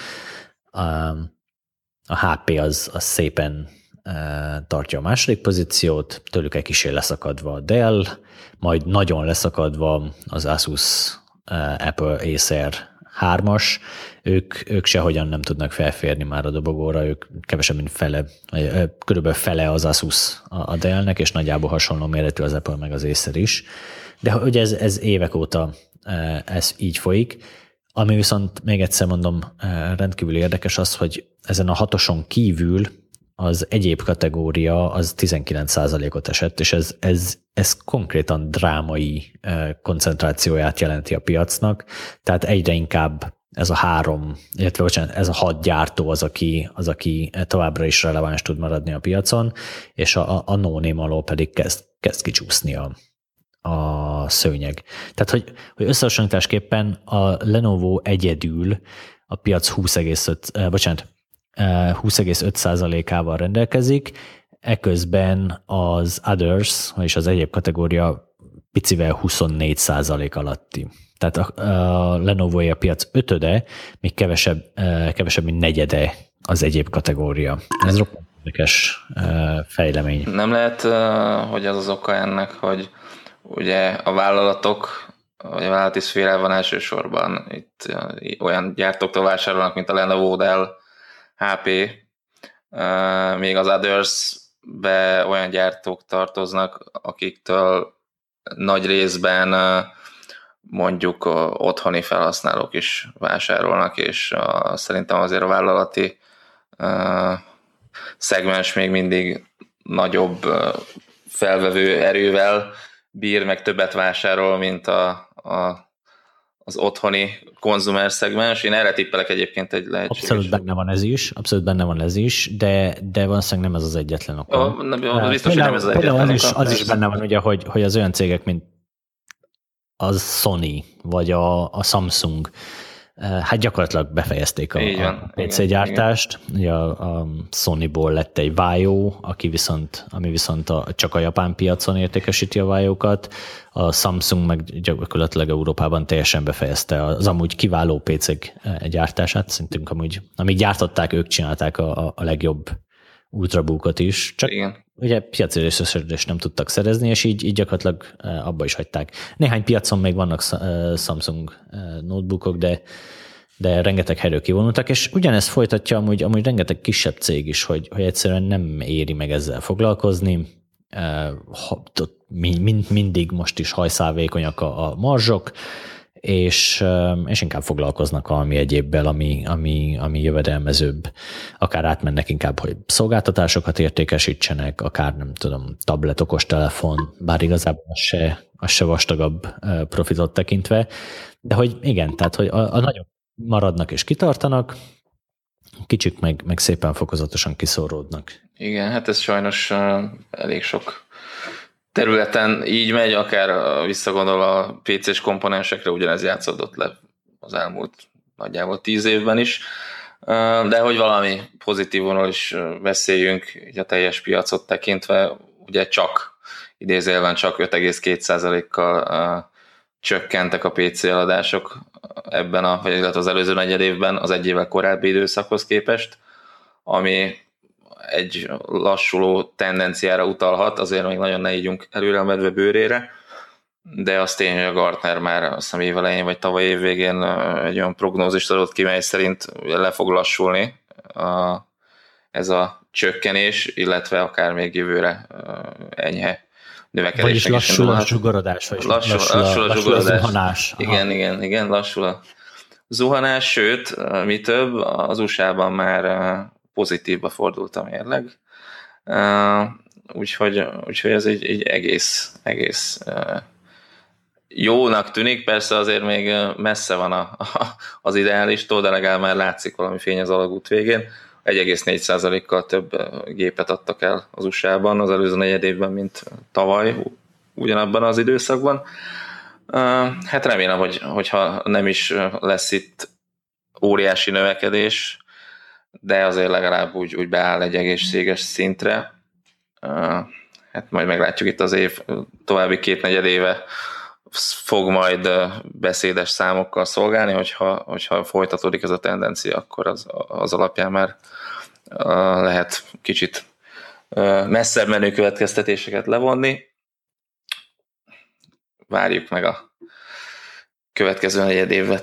A: a HP az szépen tartja a második pozíciót, tőlük egy kicsit leszakadva a Dell, majd nagyon leszakadva az Asus, Apple, Acer 3-as, ők sehogyan nem tudnak felférni már a dobogóra, ők kevesebb, mint fele, körülbelül fele az Asus a Dellnek, és nagyjából hasonló méretű az Apple meg az Acer is. De ugye ez évek óta ez így folyik, ami viszont még egyszer mondom rendkívül érdekes az, hogy ezen a 6-oson kívül az egyéb kategória az 19%-ot esett, és ez konkrétan drámai koncentrációját jelenti a piacnak, tehát egyre inkább ez a 6 gyártó az, aki továbbra is releváns tud maradni a piacon, és a no-name alól pedig kezd kicsúszni a szőnyeg. Tehát, hogy összehasonlításképpen a Lenovo egyedül a piac 20,5%-ával rendelkezik, eközben az Others, vagyis az egyéb kategória picivel 24% alatti. Tehát a Lenovo a piac 5-öde, még kevesebb, mint negyede az egyéb kategória. Ez roppant érdekes fejlemény.
B: Nem lehet, hogy az oka ennek, hogy ugye a vállalatok, vagy a vállalati szférában elsősorban itt olyan gyártóktól vásárolnak, mint a Lenovo, Dell, HP, még az Others-be olyan gyártók tartoznak, akiktől nagy részben mondjuk otthoni felhasználók is vásárolnak, és szerintem azért a vállalati szegmens még mindig nagyobb felvevő erővel bír, meg többet vásárol, mint az otthoni konzumer szegmens. Én erre tippelek egyébként egy lehetséges.
A: Abszolút benne van ez is, de valószínűleg nem ez az egyetlen oka.
B: Biztos, hogy nem ez az egyetlen oka.
A: Az is benne van, ugye, hogy az olyan cégek, mint a Sony, vagy a Samsung, hát gyakorlatilag befejezték a PC gyártást. Ugye a Sonyból lett egy Vaio, ami viszont csak a japán piacon értékesíti a Vaiokat. A Samsung meg gyakorlatilag Európában teljesen befejezte az amúgy kiváló PC-k gyártását. Szerintünk amíg gyártották, ők csinálták a legjobb ultrabookot is. Csak ugye piaci részesedést nem tudtak szerezni, és így gyakorlatilag abba is hagyták. Néhány piacon még vannak Samsung notebookok, de rengeteg helyről kivonultak, és ugyanezt folytatja amúgy rengeteg kisebb cég is, hogy egyszerűen nem éri meg ezzel foglalkozni, mindig most is hajszálvékonyak a marzsok, és inkább foglalkoznak valami egyébbel, ami jövedelmezőbb. Akár átmennek inkább, hogy szolgáltatásokat értékesítsenek, akár nem tudom, tablet, okostelefon, bár igazából az se vastagabb profitot tekintve, de hogy igen, tehát hogy a nagyok maradnak és kitartanak, kicsik meg szépen fokozatosan kiszóródnak.
B: Igen, hát ez sajnos elég sok területen így megy, akár visszagondol a PC-s komponensekre, ugyanez játszódott le az elmúlt nagyjából 10 évben is, de hogy valami pozitívonról is beszéljünk, így a teljes piacot tekintve, ugye idézőjelben csak 5,2%-kal csökkentek a PC eladások ebben illetve az előző negyedévben az egy évvel korábbi időszakhoz képest, ami egy lassuló tendenciára utalhat, azért még nagyon ne ígyunk előre a medve bőrére, de az tény, hogy a Gartner már azt hiszem év elején vagy tavaly év végén egy olyan prognózist adott ki, mely szerint le fog lassulni ez a csökkenés, illetve akár még jövőre enyhe növekedésnek.
A: Vagyis lassul a zsugorodás.
B: Lassul a zsugorodás.
A: Zuhanás.
B: Igen, lassul a zuhanás, sőt, mi több, az USA-ban már pozitívba fordult a mérleg. Úgyhogy ez egy egész jónak tűnik, persze azért még messze van az ideálistól, de legalább már látszik valami fény az alagút végén. 1,4%-kal több gépet adtak el az USA-ban az előző negyed évben, mint tavaly, ugyanabban az időszakban. Hát remélem, hogyha nem is lesz itt óriási növekedés, de azért legalább úgy beáll egy egészséges szintre. Hát majd meglátjuk itt az év további 2 negyedéve fog majd beszédes számokkal szolgálni, hogyha folytatódik ez a tendencia, akkor az alapján már lehet kicsit messzebb menő következtetéseket levonni. Várjuk meg a következő negyed évet.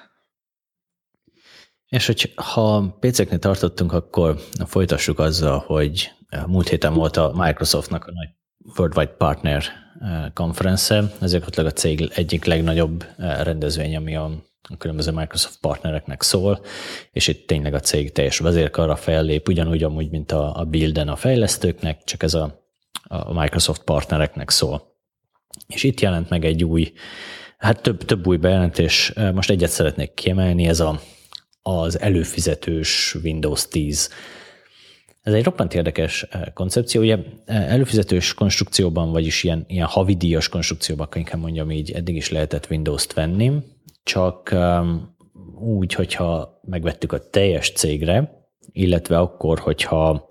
A: És ha PC-knél tartottunk, akkor folytassuk azzal, hogy múlt héten volt a Microsoftnak a nagy Worldwide Partner konferencia, ez gyakorlatilag a cég egyik legnagyobb rendezvény, ami a különböző Microsoft partnereknek szól, és itt tényleg a cég teljes vezérkarra fellép, ugyanúgy amúgy, mint a Builden a fejlesztőknek, csak ez a Microsoft partnereknek szól. És itt jelent meg egy új, hát több új bejelentés, most egyet szeretnék kiemelni, ez az előfizetős Windows 10. Ez egy roppant érdekes koncepció, ugye előfizetős konstrukcióban, vagyis ilyen havidíjas konstrukcióban, inkább mondjam így, eddig is lehetett Windows-t venni, csak úgy, hogyha megvettük a teljes cégre, illetve akkor, hogyha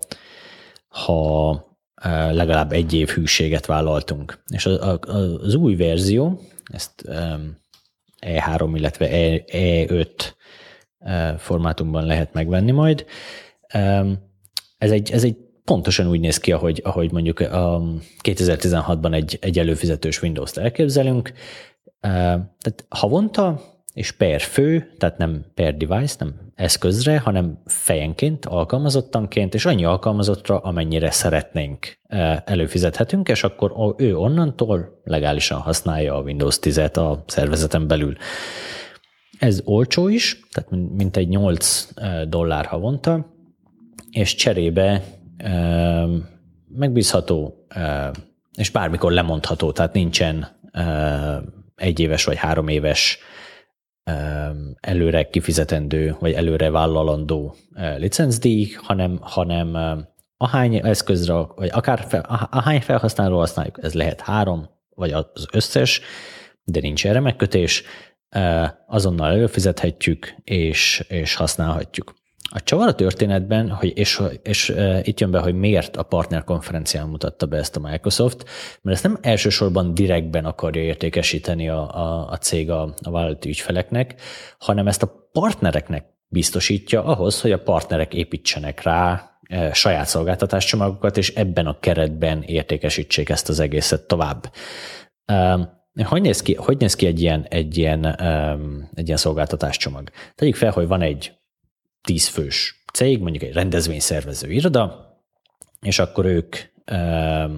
A: legalább 1 év hűséget vállaltunk. És az új verzió, ezt E3, illetve E5 formátumban lehet megvenni majd. Ez egy pontosan úgy néz ki, ahogy mondjuk 2016-ban egy előfizetős Windows-t elképzelünk. Tehát havonta és per fő, tehát nem per device, nem eszközre, hanem fejenként, alkalmazottanként, és annyi alkalmazottra, amennyire szeretnénk előfizethetünk, és akkor ő onnantól legálisan használja a Windows 10-et a szervezeten belül. Ez olcsó is, tehát mintegy $8 havonta, és cserébe megbízható, és bármikor lemondható, tehát nincsen 1 éves vagy 3 éves előre kifizetendő, vagy előre vállalandó licencdíj, hanem ahány eszközre, vagy akár ahány felhasználó használjuk, ez lehet 3, vagy az összes, de nincs erre megkötés, azonnal előfizethetjük, és használhatjuk. A csavar a történetben, és itt jön be, hogy miért a partnerkonferencián mutatta be ezt a Microsoft, mert ezt nem elsősorban direktben akarja értékesíteni a cég a vállalati ügyfeleknek, hanem ezt a partnereknek biztosítja ahhoz, hogy a partnerek építsenek rá saját szolgáltatáscsomagokat, és ebben a keretben értékesítsék ezt az egészet tovább. Hogy néz ki egy ilyen szolgáltatáscsomag? Tegyük fel, hogy van egy 10 fős cég, mondjuk egy rendezvényszervező iroda, és akkor ők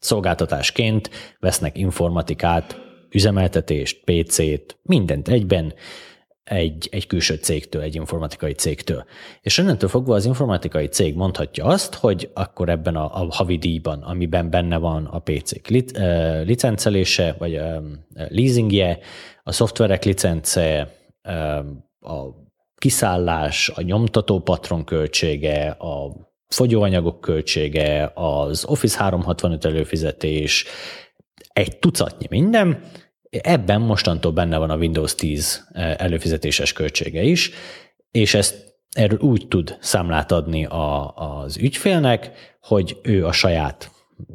A: Szolgáltatásként vesznek informatikát, üzemeltetést, PC-t, mindent egyben egy külső cégtől, egy informatikai cégtől. És onnantól fogva az informatikai cég mondhatja azt, hogy akkor ebben a havidíjban, amiben benne van a PC-k licencelése, vagy leasingje, a szoftverek licence, a kiszállás, a nyomtató patron költsége, a fogyóanyagok költsége, az Office 365 előfizetés, egy tucatnyi minden, ebben mostantól benne van a Windows 10 előfizetéses költsége is, és erről úgy tud számlát adni az ügyfélnek, hogy ő a saját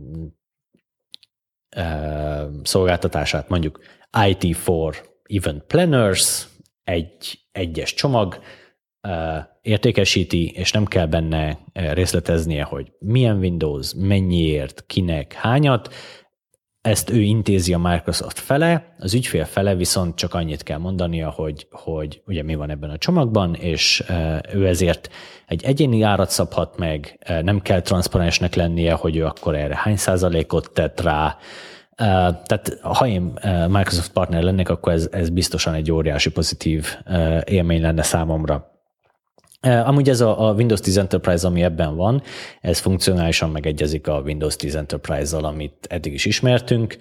A: szolgáltatását, mondjuk IT for Event Planners, egy egyes csomag értékesíti, és nem kell benne részleteznie, hogy milyen Windows, mennyiért, kinek, hányat. Ezt ő intézi a Microsoft fele, az ügyfél fele viszont csak annyit kell mondania, hogy ugye mi van ebben a csomagban, és ő ezért egy egyéni árat szabhat meg, nem kell transzparensnek lennie, hogy ő akkor erre hány százalékot tett rá. Tehát ha én Microsoft partner lennék, akkor ez biztosan egy óriási pozitív élmény lenne számomra. Amúgy ez a Windows 10 Enterprise, ami ebben van, ez funkcionálisan megegyezik a Windows 10 Enterprise-zal, amit eddig is ismertünk.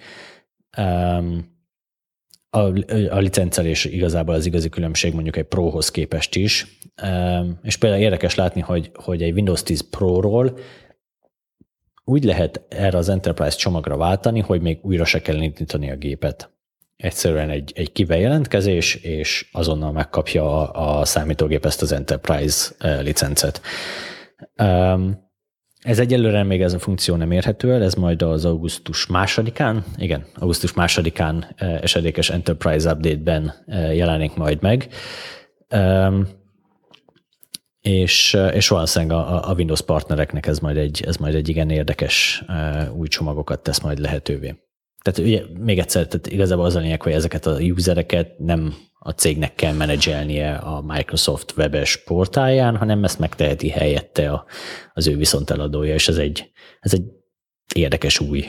A: A licencelés igazából az igazi különbség mondjuk egy Pro-hoz képest is. És például érdekes látni, hogy egy Windows 10 Pro-ról úgy lehet erre az Enterprise csomagra váltani, hogy még újra se kell indítani a gépet. Egyszerűen egy kibejelentkezés, és azonnal megkapja a számítógép ezt az Enterprise licencet. Ez egyelőre még ez a funkció nem érhető el, ez majd az augusztus 2-án esedékes Enterprise Update-ben jelenik majd meg. És valószínűleg a Windows partnereknek ez majd egy igen érdekes új csomagokat tesz majd lehetővé. Tehát ugye még egyszer, tehát igazából az a lényeg, hogy ezeket a usereket nem a cégnek kell menedzselnie a Microsoft webes portáján, hanem ezt megteheti helyette az ő viszonteladója, és ez egy érdekes új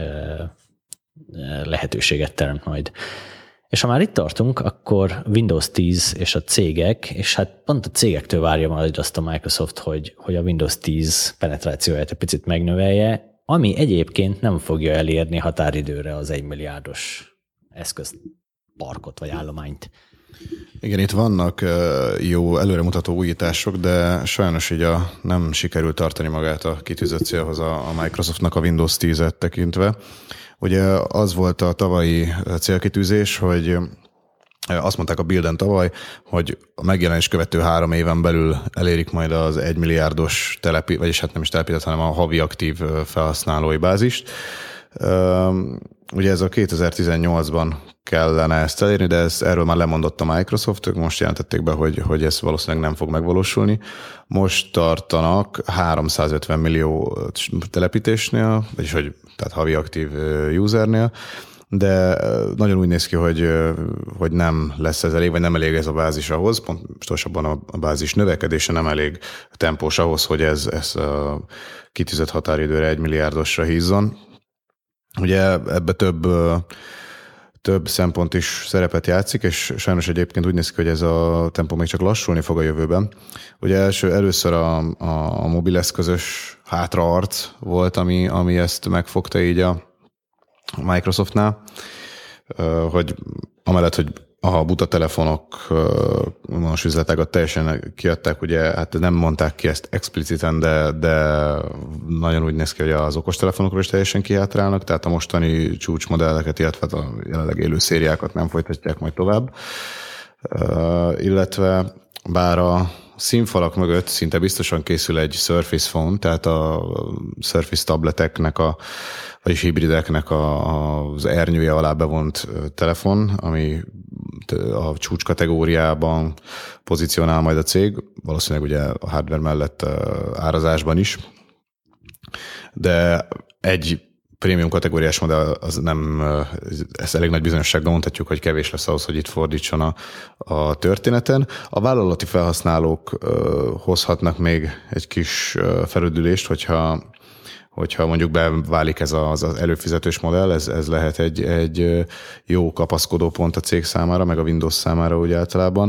A: lehetőséget teremt majd. És ha már itt tartunk, akkor Windows 10 és a cégek, és hát pont a cégektől várja majd azt a Microsoft, hogy a Windows 10 penetrációját egy picit megnövelje, ami egyébként nem fogja elérni határidőre az 1 milliárdos eszközparkot vagy állományt.
C: Igen, itt vannak jó előremutató újítások, de sajnos így nem sikerült tartani magát a kitűzött célhoz a Microsoftnak a Windows 10-et tekintve. Ugye az volt a tavalyi célkitűzés, hogy azt mondták a Builden tavaly, hogy a megjelenés követő 3 éven belül elérik majd az 1 milliárdos vagyis hát nem is telepített, hanem a havi aktív felhasználói bázist. Ugye ez a 2018-ban kellene ezt elérni, de erről már lemondott a Microsoft, ők most jelentették be, hogy ez valószínűleg nem fog megvalósulni. Most tartanak 350 millió telepítésnél, tehát havi aktív usernél, de nagyon úgy néz ki, hogy nem lesz ez elég, vagy nem elég ez a bázis ahhoz, pontosabban a bázis növekedése nem elég tempós ahhoz, hogy ez a kitűzött határidőre 1 milliárdosra hízzon. Ugye ebbe több szempont is szerepet játszik, és sajnos egyébként úgy néz ki, hogy ez a tempó még csak lassulni fog a jövőben. Ugye először a mobileszközös hátraarc volt, ami ezt megfogta így a Microsoftnál, hogy amellett, hogy a buta telefonok vonalas üzletágat teljesen kiadták, ugye hát nem mondták ki ezt expliciten, de nagyon úgy néz ki, hogy az okostelefonokról is teljesen kihátrálnak, tehát a mostani csúcsmodelleket, illetve a jelenleg élő szériákat nem folytatják majd tovább. Illetve bár a színfalak mögött szinte biztosan készül egy Surface Phone, tehát a Surface tableteknek, vagyis hibrideknek az ernyője alá bevont telefon, ami a csúcs kategóriában pozícionál majd a cég, valószínűleg ugye a hardware mellett árazásban is, de egy prémium kategóriás modell az nem, ezt elég nagy bizonyossággal mondhatjuk, hogy kevés lesz ahhoz, hogy itt fordítson a történeten. A vállalati felhasználók hozhatnak még egy kis felüdülést, hogyha hogyha mondjuk beválik ez az előfizetős modell, ez lehet egy jó kapaszkodó pont a cég számára, meg a Windows számára úgy általában.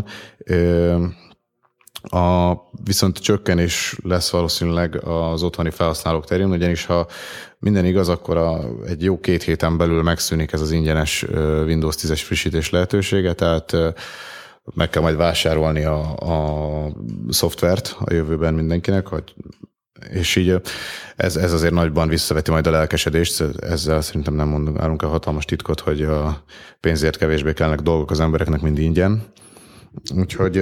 C: Viszont csökkenés lesz valószínűleg az otthoni felhasználók terén, ugyanis ha minden igaz, akkor egy jó 2 héten belül megszűnik ez az ingyenes Windows 10-es frissítés lehetősége, tehát meg kell majd vásárolni a szoftvert a jövőben mindenkinek, és így ez azért nagyban visszaveti majd a lelkesedést, ezzel szerintem nem árunk el hatalmas titkot, hogy a pénzért kevésbé kellnek dolgok az embereknek, mind ingyen. Úgyhogy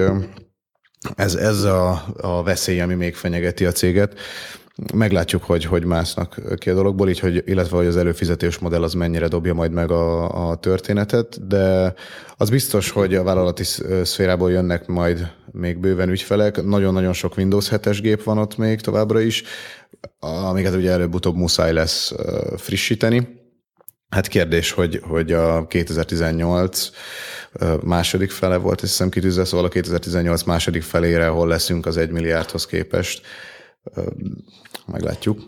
C: ez a veszély, ami még fenyegeti a céget. Meglátjuk, hogy másznak ki a dologból, illetve hogy az előfizetős modell az mennyire dobja majd meg a történetet, de az biztos, hogy a vállalati szférából jönnek majd még bőven ügyfelek. Nagyon-nagyon sok Windows 7-es gép van ott még továbbra is, amiket ugye előbb-utóbb muszáj lesz frissíteni. Hát kérdés, hogy a 2018 második fele volt, azt hiszem kitűzve, szóval a 2018 második felére hol leszünk az 1 milliárdhoz képest. Meglátjuk.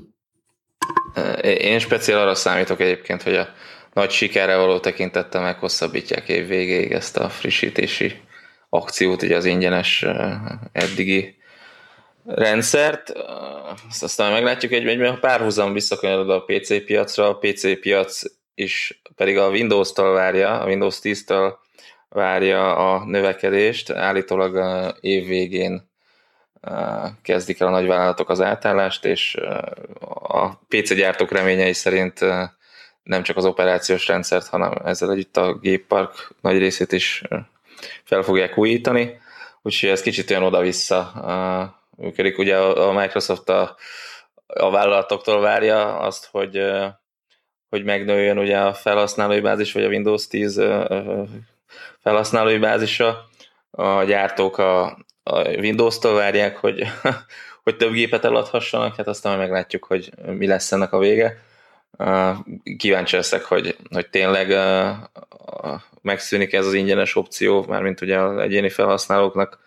B: Én speciál arra számítok egyébként, hogy a nagy sikerre való tekintettel meghosszabbítják év végéig ezt a frissítési akciót, ugye az ingyenes eddigi rendszert. Aztán meglátjuk, hogy párhuzam visszakanyarod a PC piacra, a PC piac is pedig a Windows-tól várja, a Windows 10-től várja a növekedést. Állítólag év végén kezdik el a nagyvállalatok az átállást, és a PC gyártók reményei szerint nem csak az operációs rendszert, hanem ezzel együtt a géppark nagy részét is fel fogják újítani. Úgyhogy ez kicsit olyan oda-vissza működik. Ugye a Microsoft a vállalatoktól várja azt, hogy megnőjön ugye a felhasználói bázis, vagy a Windows 10 felhasználói bázisa. A gyártók a Windows-tól várják, hogy több gépet eladhassanak, hát aztán majd meglátjuk, hogy mi lesz ennek a vége. Kíváncsi leszek, hogy tényleg megszűnik ez az ingyenes opció, mármint ugye az egyéni felhasználóknak,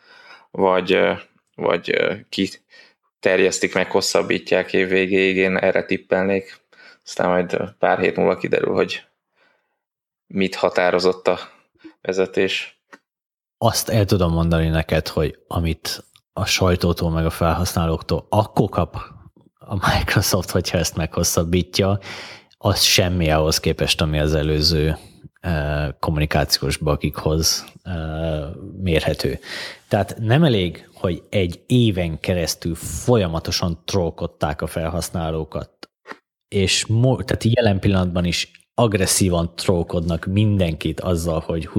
B: vagy kiterjesztik, meg hosszabbítják év végéig, én erre tippelnék. Aztán majd pár hét múlva kiderül, hogy mit határozott a vezetés.
A: Azt el tudom mondani neked, hogy amit a sajtótól meg a felhasználóktól akkor kap a Microsoft, hogyha ezt meghosszabbítja, az semmi ahhoz képest, ami az előző kommunikációs bugikhoz mérhető. Tehát nem elég, hogy egy éven keresztül folyamatosan trollkodták a felhasználókat, és tehát jelen pillanatban is agresszívan trollkodnak mindenkit azzal, hogy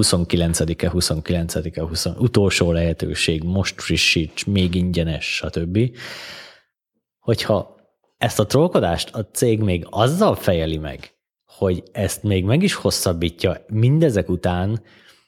A: 29-e, utolsó lehetőség, most frissíts, még ingyenes, stb. Hogyha ezt a trollkodást a cég még azzal fejeli meg, hogy ezt még meg is hosszabbítja mindezek után,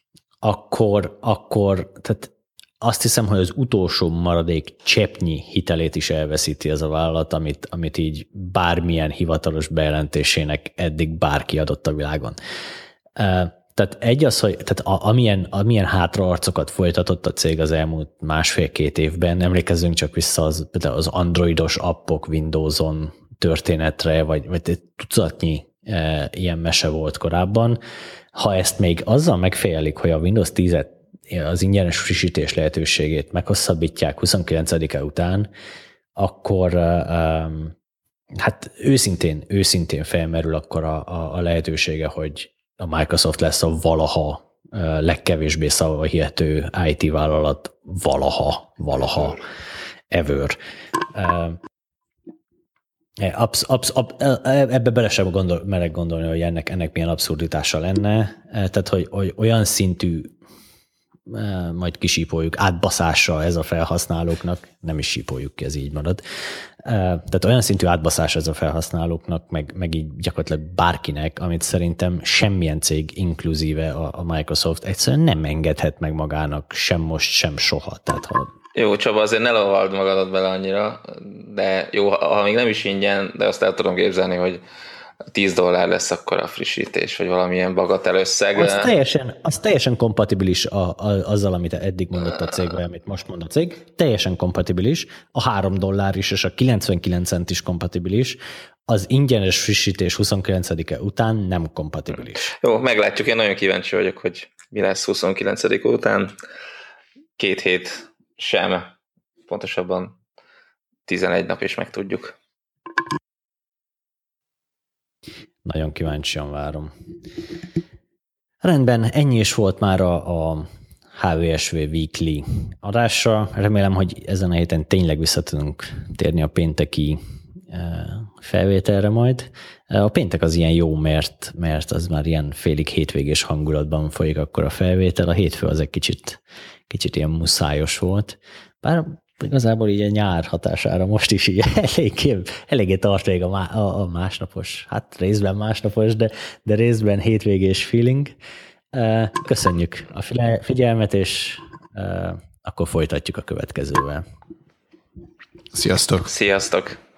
A: akkor tehát azt hiszem, hogy az utolsó maradék cseppnyi hitelét is elveszíti ez a vállalat, amit így bármilyen hivatalos bejelentésének eddig bárki adott a világon. Tehát egy az, hogy amilyen hátraarcokat folytatott a cég az elmúlt 1,5-2 évben, emlékezzünk csak vissza az androidos appok Windows-on történetre, vagy tucatnyi ilyen mese volt korábban. Ha ezt még azzal megfejelik, hogy a Windows 10-et az ingyenes frissítés lehetőségét meghosszabbítják 29-e után, akkor hát őszintén felmerül akkor a lehetősége, hogy a Microsoft lesz a valaha legkevésbé szavahihető IT vállalat valaha ever. Ebbe bele sem merek gondolni, hogy ennek milyen abszurditása lenne. Tehát, hogy olyan szintű majd kisípoljuk, átbaszása ez a felhasználóknak, nem is sípoljuk ki, ez így marad. Tehát olyan szintű átbaszás ez a felhasználóknak, meg így gyakorlatilag bárkinek, amit szerintem semmilyen cég, inkluzíve a Microsoft egyszerűen nem engedhet meg magának sem most, sem soha. Tehát,
B: Jó, Csaba, azért ne lovald magadat bele annyira, de jó, ha még nem is ingyen, de azt el tudom képzelni, hogy $10 lesz akkor a frissítés, vagy valamilyen bagatel összeg.
A: Az teljesen kompatibilis azzal, amit eddig mondott a cég, vagy amit most mond a cég. Teljesen kompatibilis. A $3 is, és a 99 cent is kompatibilis. Az ingyenes frissítés 29-e után nem kompatibilis.
B: Jó, meglátjuk. Én nagyon kíváncsi vagyok, hogy mi lesz 29 után. 2 hét sem, pontosabban 11 nap is megtudjuk.
A: Nagyon kíváncsian várom. Rendben, ennyi is volt már a HVSV Weekly adásra. Remélem, hogy ezen a héten tényleg vissza tudunk térni a pénteki felvételre majd. A péntek az ilyen jó, mert az már ilyen félig hétvégés hangulatban folyik akkor a felvétel. A hétfő az egy kicsit ilyen muszájos volt. Bár igazából így a nyár hatására most is így eléggé tart még a másnapos, hát részben másnapos, de részben hétvégés feeling. Köszönjük a figyelmet, és akkor folytatjuk a következővel.
C: Sziasztok!
B: Sziasztok!